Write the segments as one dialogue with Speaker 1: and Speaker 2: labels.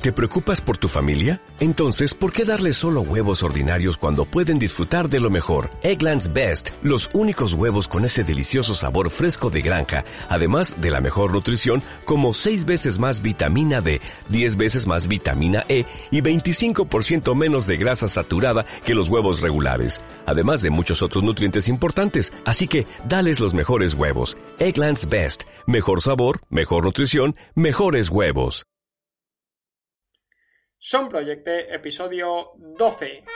Speaker 1: ¿Te preocupas por tu familia? Entonces, ¿por qué darles solo huevos ordinarios cuando pueden disfrutar de lo mejor? Eggland's Best, los únicos huevos con ese delicioso sabor fresco de granja, además de la mejor nutrición, como 6 veces más vitamina D, 10 veces más vitamina E y 25% menos de grasa saturada que los huevos regulares, además de muchos otros nutrientes importantes. Así que, dales los mejores huevos. Eggland's Best, mejor sabor, mejor nutrición, mejores huevos.
Speaker 2: Som Projecte, episodio 12.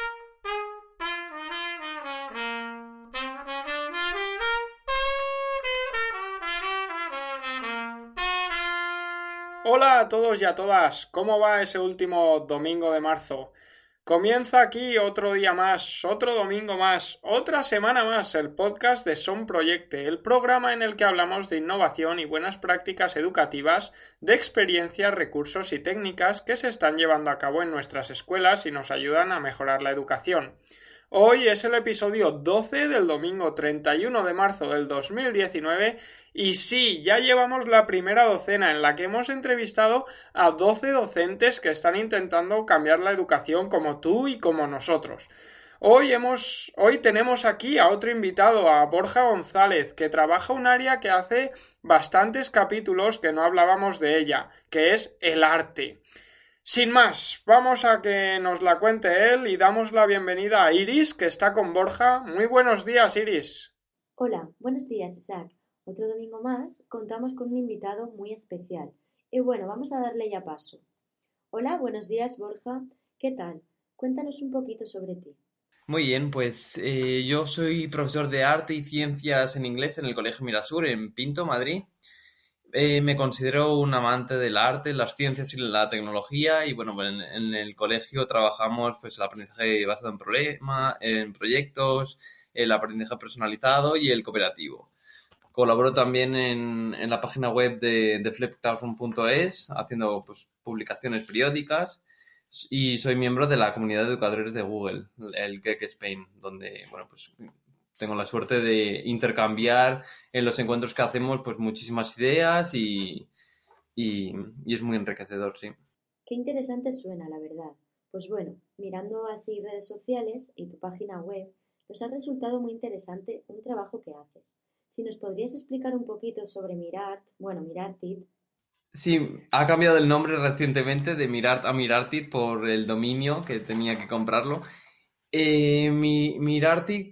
Speaker 2: Hola a todos y a todas, ¿cómo va ese último domingo de marzo? Comienza aquí otro día más, otro domingo más, otra semana más, el podcast de Som Projecte, el programa en el que hablamos de innovación y buenas prácticas educativas, de experiencias, recursos y técnicas que se están llevando a cabo en nuestras escuelas y nos ayudan a mejorar la educación. Hoy es el episodio 12 del domingo 31 de marzo del 2019 y sí, ya llevamos la primera docena en la que hemos entrevistado a 12 docentes que están intentando cambiar la educación como tú y como nosotros. Hoy tenemos aquí a otro invitado, a Borja González, que trabaja un área que hace bastantes capítulos que no hablábamos de ella, que es el arte. Sin más, vamos a que nos la cuente él y damos la bienvenida a Iris, que está con Borja. Muy buenos días, Iris.
Speaker 3: Hola, buenos días, Isaac. Otro domingo más contamos con un invitado muy especial. Y bueno, vamos a darle ya paso. Hola, buenos días, Borja. ¿Qué tal? Cuéntanos un poquito sobre ti.
Speaker 4: Muy bien, pues yo soy profesor de arte y ciencias en inglés en el Colegio Mirasur en Pinto, Madrid. Me considero un amante del arte, las ciencias y la tecnología y bueno, en el colegio trabajamos pues el aprendizaje basado en proyectos, el aprendizaje personalizado y el cooperativo. Colaboro también en la página web de flipclassroom.es haciendo pues publicaciones periódicas y soy miembro de la comunidad de educadores de Google, el Geek Spain, donde bueno pues tengo la suerte de intercambiar en los encuentros que hacemos pues muchísimas ideas y es muy enriquecedor, sí.
Speaker 3: Qué interesante suena, la verdad. Pues bueno, mirando así redes sociales y tu página web, nos ha resultado muy interesante un trabajo que haces. Si nos podrías explicar un poquito sobre Mirartit.
Speaker 4: Sí, ha cambiado el nombre recientemente de Mirart a Mirartit por el dominio que tenía que comprarlo. Mirartit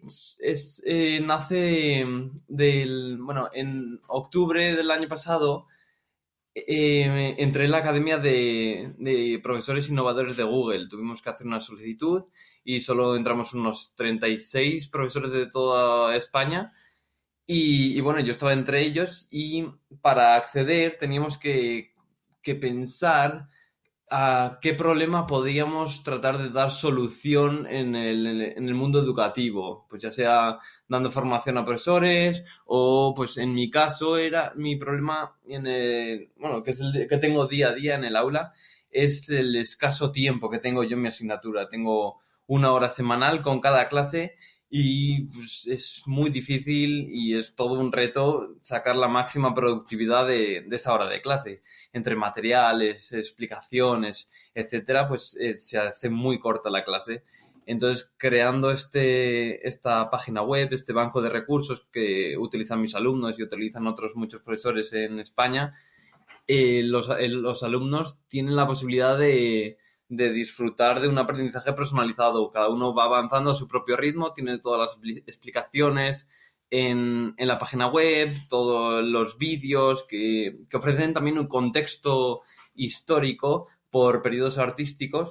Speaker 4: nace bueno, en octubre del año pasado entré en la academia de profesores innovadores de Google. Tuvimos que hacer una solicitud y solo entramos unos 36 profesores de toda España. Y bueno, yo estaba entre ellos y para acceder teníamos que pensar a qué problema podíamos tratar de dar solución en el mundo educativo, pues ya sea dando formación a profesores o pues en mi caso era mi problema que es el que tengo día a día en el aula, es el escaso tiempo que tengo yo en mi asignatura. Tengo 1 hora semanal con cada clase y pues, es muy difícil y es todo un reto sacar la máxima productividad de esa hora de clase. Entre materiales, explicaciones, etcétera, pues se hace muy corta la clase. Entonces, creando esta página web, este banco de recursos que utilizan mis alumnos y utilizan otros muchos profesores en España, los alumnos tienen la posibilidad de disfrutar de un aprendizaje personalizado. Cada uno va avanzando a su propio ritmo, tiene todas las explicaciones en la página web, todos los vídeos que ofrecen también un contexto histórico por periodos artísticos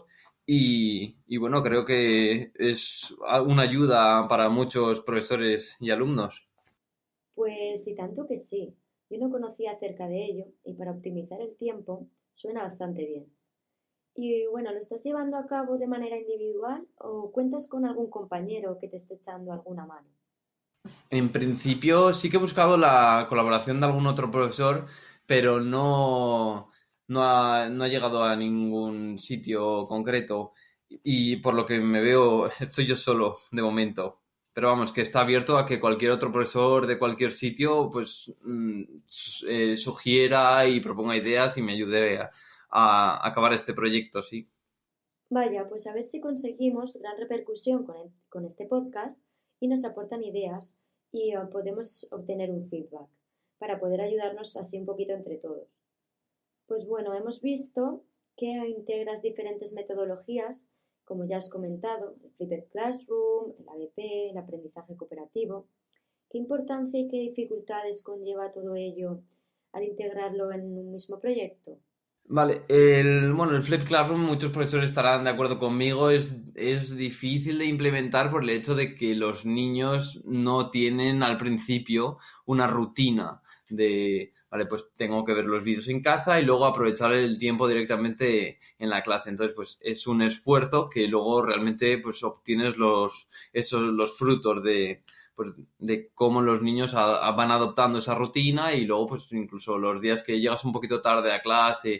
Speaker 4: y bueno, creo que es una ayuda para muchos profesores y alumnos.
Speaker 3: Pues y tanto que sí. Yo no conocía acerca de ello y para optimizar el tiempo suena bastante bien. Y bueno, ¿lo estás llevando a cabo de manera individual o cuentas con algún compañero que te esté echando alguna mano?
Speaker 4: En principio sí que he buscado la colaboración de algún otro profesor, pero no ha llegado a ningún sitio concreto y por lo que me veo estoy yo solo de momento. Pero vamos, que está abierto a que cualquier otro profesor de cualquier sitio pues sugiera y proponga ideas y me ayude a acabar este proyecto, sí.
Speaker 3: Vaya, pues a ver si conseguimos gran repercusión con este podcast y nos aportan ideas y podemos obtener un feedback para poder ayudarnos así un poquito entre todos. Pues bueno, hemos visto que integras diferentes metodologías, como ya has comentado, el Flipped Classroom, el ABP, el aprendizaje cooperativo. ¿Qué importancia y qué dificultades conlleva todo ello al integrarlo en un mismo proyecto?
Speaker 4: Vale, el Flipped Classroom, muchos profesores estarán de acuerdo conmigo, es difícil de implementar por el hecho de que los niños no tienen al principio una rutina de, vale, pues tengo que ver los vídeos en casa y luego aprovechar el tiempo directamente en la clase. Entonces, pues es un esfuerzo que luego realmente pues obtienes los frutos pues, de cómo los niños van adoptando esa rutina y luego pues incluso los días que llegas un poquito tarde a clase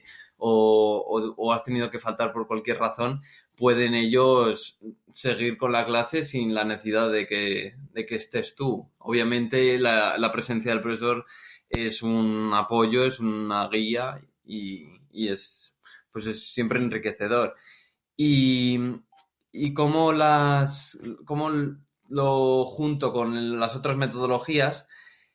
Speaker 4: o has tenido que faltar por cualquier razón, pueden ellos seguir con la clase sin la necesidad de que estés tú. Obviamente la presencia del profesor es un apoyo, es una guía y pues es siempre enriquecedor. Y, y cómo lo junto con las otras metodologías,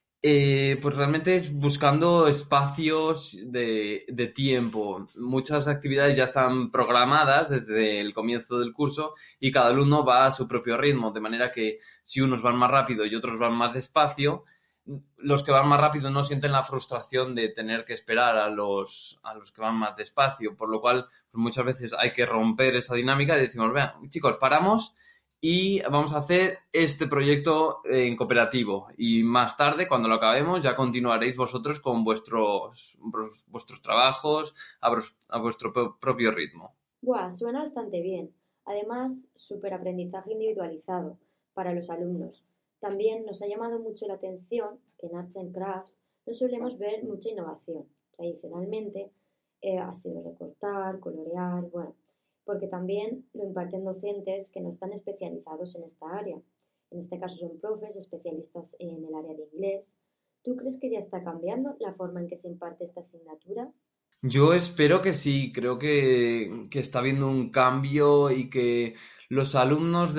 Speaker 4: pues realmente es buscando espacios de tiempo. Muchas actividades ya están programadas desde el comienzo del curso y cada alumno va a su propio ritmo, de manera que si unos van más rápido y otros van más despacio, los que van más rápido no sienten la frustración de tener que esperar a los que van más despacio, por lo cual pues muchas veces hay que romper esa dinámica y decimos, vean, chicos, paramos y vamos a hacer este proyecto en cooperativo y más tarde, cuando lo acabemos, ya continuaréis vosotros con vuestros trabajos a vuestro propio ritmo.
Speaker 3: Buah, suena bastante bien. Además, súper aprendizaje individualizado para los alumnos. También nos ha llamado mucho la atención que en Arts and Crafts no solemos ver mucha innovación. Tradicionalmente ha sido recortar, colorear, bueno, porque también lo imparten docentes que no están especializados en esta área. En este caso son profes especialistas en el área de inglés. ¿Tú crees que ya está cambiando la forma en que se imparte esta asignatura?
Speaker 4: Yo espero que sí, creo que está habiendo un cambio y que los alumnos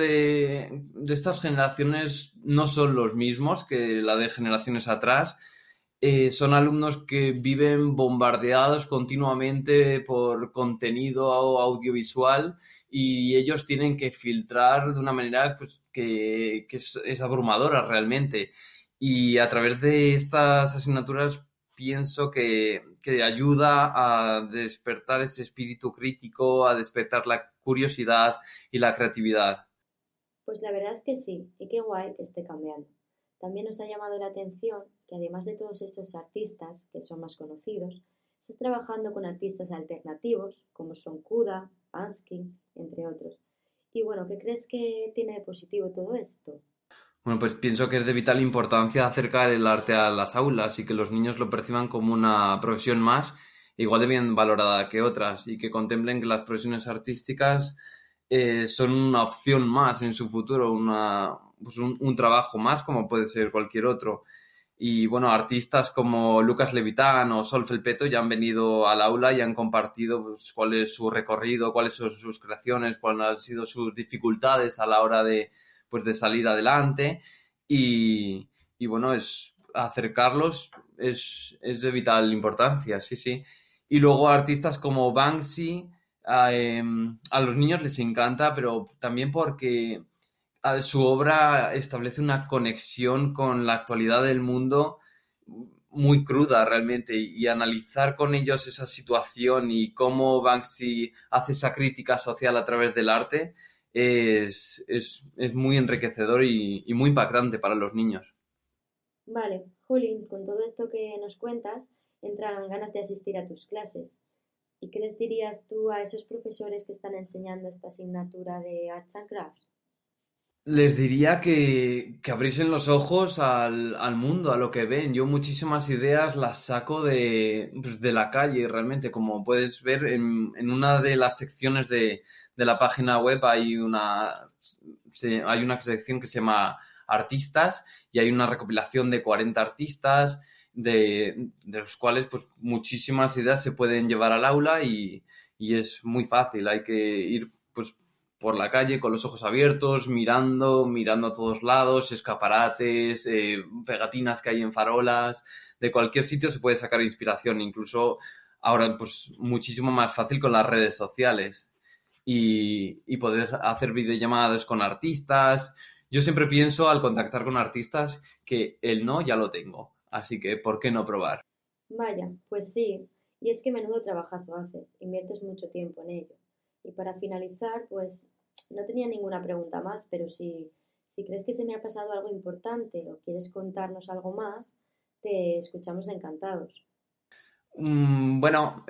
Speaker 4: de estas generaciones no son los mismos que la de generaciones atrás. Son alumnos que viven bombardeados continuamente por contenido audiovisual y ellos tienen que filtrar de una manera pues, que es abrumadora realmente. Y a través de estas asignaturas pienso que ayuda a despertar ese espíritu crítico, a despertar la curiosidad y la creatividad.
Speaker 3: Pues la verdad es que sí, y qué guay que esté cambiando. También nos ha llamado la atención que además de todos estos artistas, que son más conocidos, estás trabajando con artistas alternativos, como son Kuda, Ansky, entre otros. Y bueno, ¿qué crees que tiene de positivo todo esto?
Speaker 4: Bueno, pues pienso que es de vital importancia acercar el arte a las aulas y que los niños lo perciban como una profesión más, igual de bien valorada que otras, y que contemplen que las profesiones artísticas son una opción más en su futuro, pues un trabajo más como puede ser cualquier otro. Y bueno, artistas como Lucas Levitán o Sol Felpeto ya han venido al aula y han compartido pues, cuál es su recorrido, cuáles son sus creaciones, cuáles han sido sus dificultades a la hora pues, de salir adelante. Y bueno, acercarlos es de vital importancia, sí, sí. Y luego artistas como Banksy, a los niños les encanta, pero también porque su obra establece una conexión con la actualidad del mundo muy cruda realmente y analizar con ellos esa situación y cómo Banksy hace esa crítica social a través del arte es muy enriquecedor y muy impactante para los niños.
Speaker 3: Vale, Jolín, con todo esto que nos cuentas, entran ganas de asistir a tus clases. ¿Y qué les dirías tú a esos profesores que están enseñando esta asignatura de Arts and Crafts?
Speaker 4: Les diría que abriesen los ojos al mundo, a lo que ven. Yo muchísimas ideas las saco pues, de la calle, realmente. Como puedes ver, en una de las secciones de la página web hay una sección que se llama Artistas y hay una recopilación de 40 artistas de los cuales pues muchísimas ideas se pueden llevar al aula y es muy fácil. Hay que ir pues por la calle con los ojos abiertos, mirando a todos lados, escaparates, pegatinas que hay en farolas. De cualquier sitio se puede sacar inspiración, incluso ahora pues muchísimo más fácil con las redes sociales y poder hacer videollamadas con artistas. Yo siempre pienso al contactar con artistas que el no ya lo tengo, así que ¿por qué no probar?
Speaker 3: Vaya, pues sí, y es que menudo trabajazo haces, inviertes mucho tiempo en ello. Y para finalizar, pues no tenía ninguna pregunta más, pero si crees que se me ha pasado algo importante o quieres contarnos algo más, te escuchamos encantados.
Speaker 4: Bueno,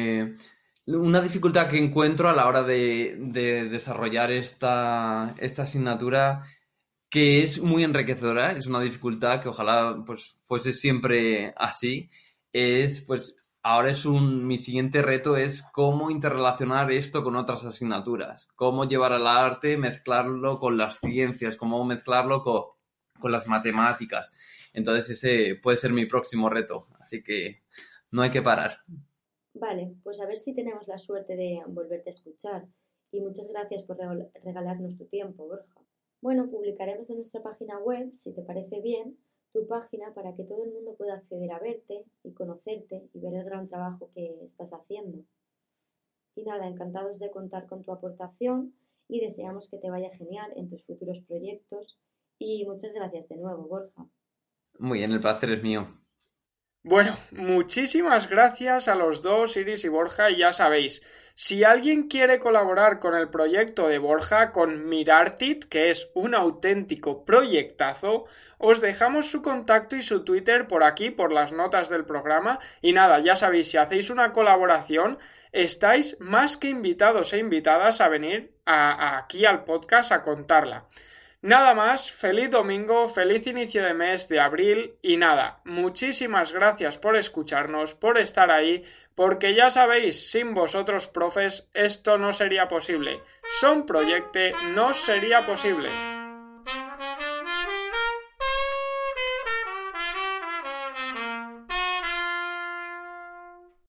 Speaker 4: una dificultad que encuentro a la hora de desarrollar esta asignatura que es muy enriquecedora, es una dificultad que ojalá pues fuese siempre así, es pues ahora mi siguiente reto es cómo interrelacionar esto con otras asignaturas, cómo llevar al arte, mezclarlo con las ciencias, cómo mezclarlo con las matemáticas. Entonces ese puede ser mi próximo reto, así que no hay que parar.
Speaker 3: Vale, pues a ver si tenemos la suerte de volverte a escuchar. Y muchas gracias por regalarnos tu tiempo, Borja. Bueno, publicaremos en nuestra página web, si te parece bien, tu página para que todo el mundo pueda acceder a verte y conocerte y ver el gran trabajo que estás haciendo. Y nada, encantados de contar con tu aportación y deseamos que te vaya genial en tus futuros proyectos. Y muchas gracias de nuevo, Borja.
Speaker 4: Muy bien, el placer es mío.
Speaker 2: Bueno, muchísimas gracias a los dos, Iris y Borja, y ya sabéis, si alguien quiere colaborar con el proyecto de Borja, con Mirartit, que es un auténtico proyectazo, os dejamos su contacto y su Twitter por aquí, por las notas del programa, y nada, ya sabéis, si hacéis una colaboración, estáis más que invitados e invitadas a venir aquí al podcast a contarla. Nada más, feliz domingo, feliz inicio de mes de abril y nada, muchísimas gracias por escucharnos, por estar ahí, porque ya sabéis, sin vosotros profes esto no sería posible. Son Proyecte no sería posible.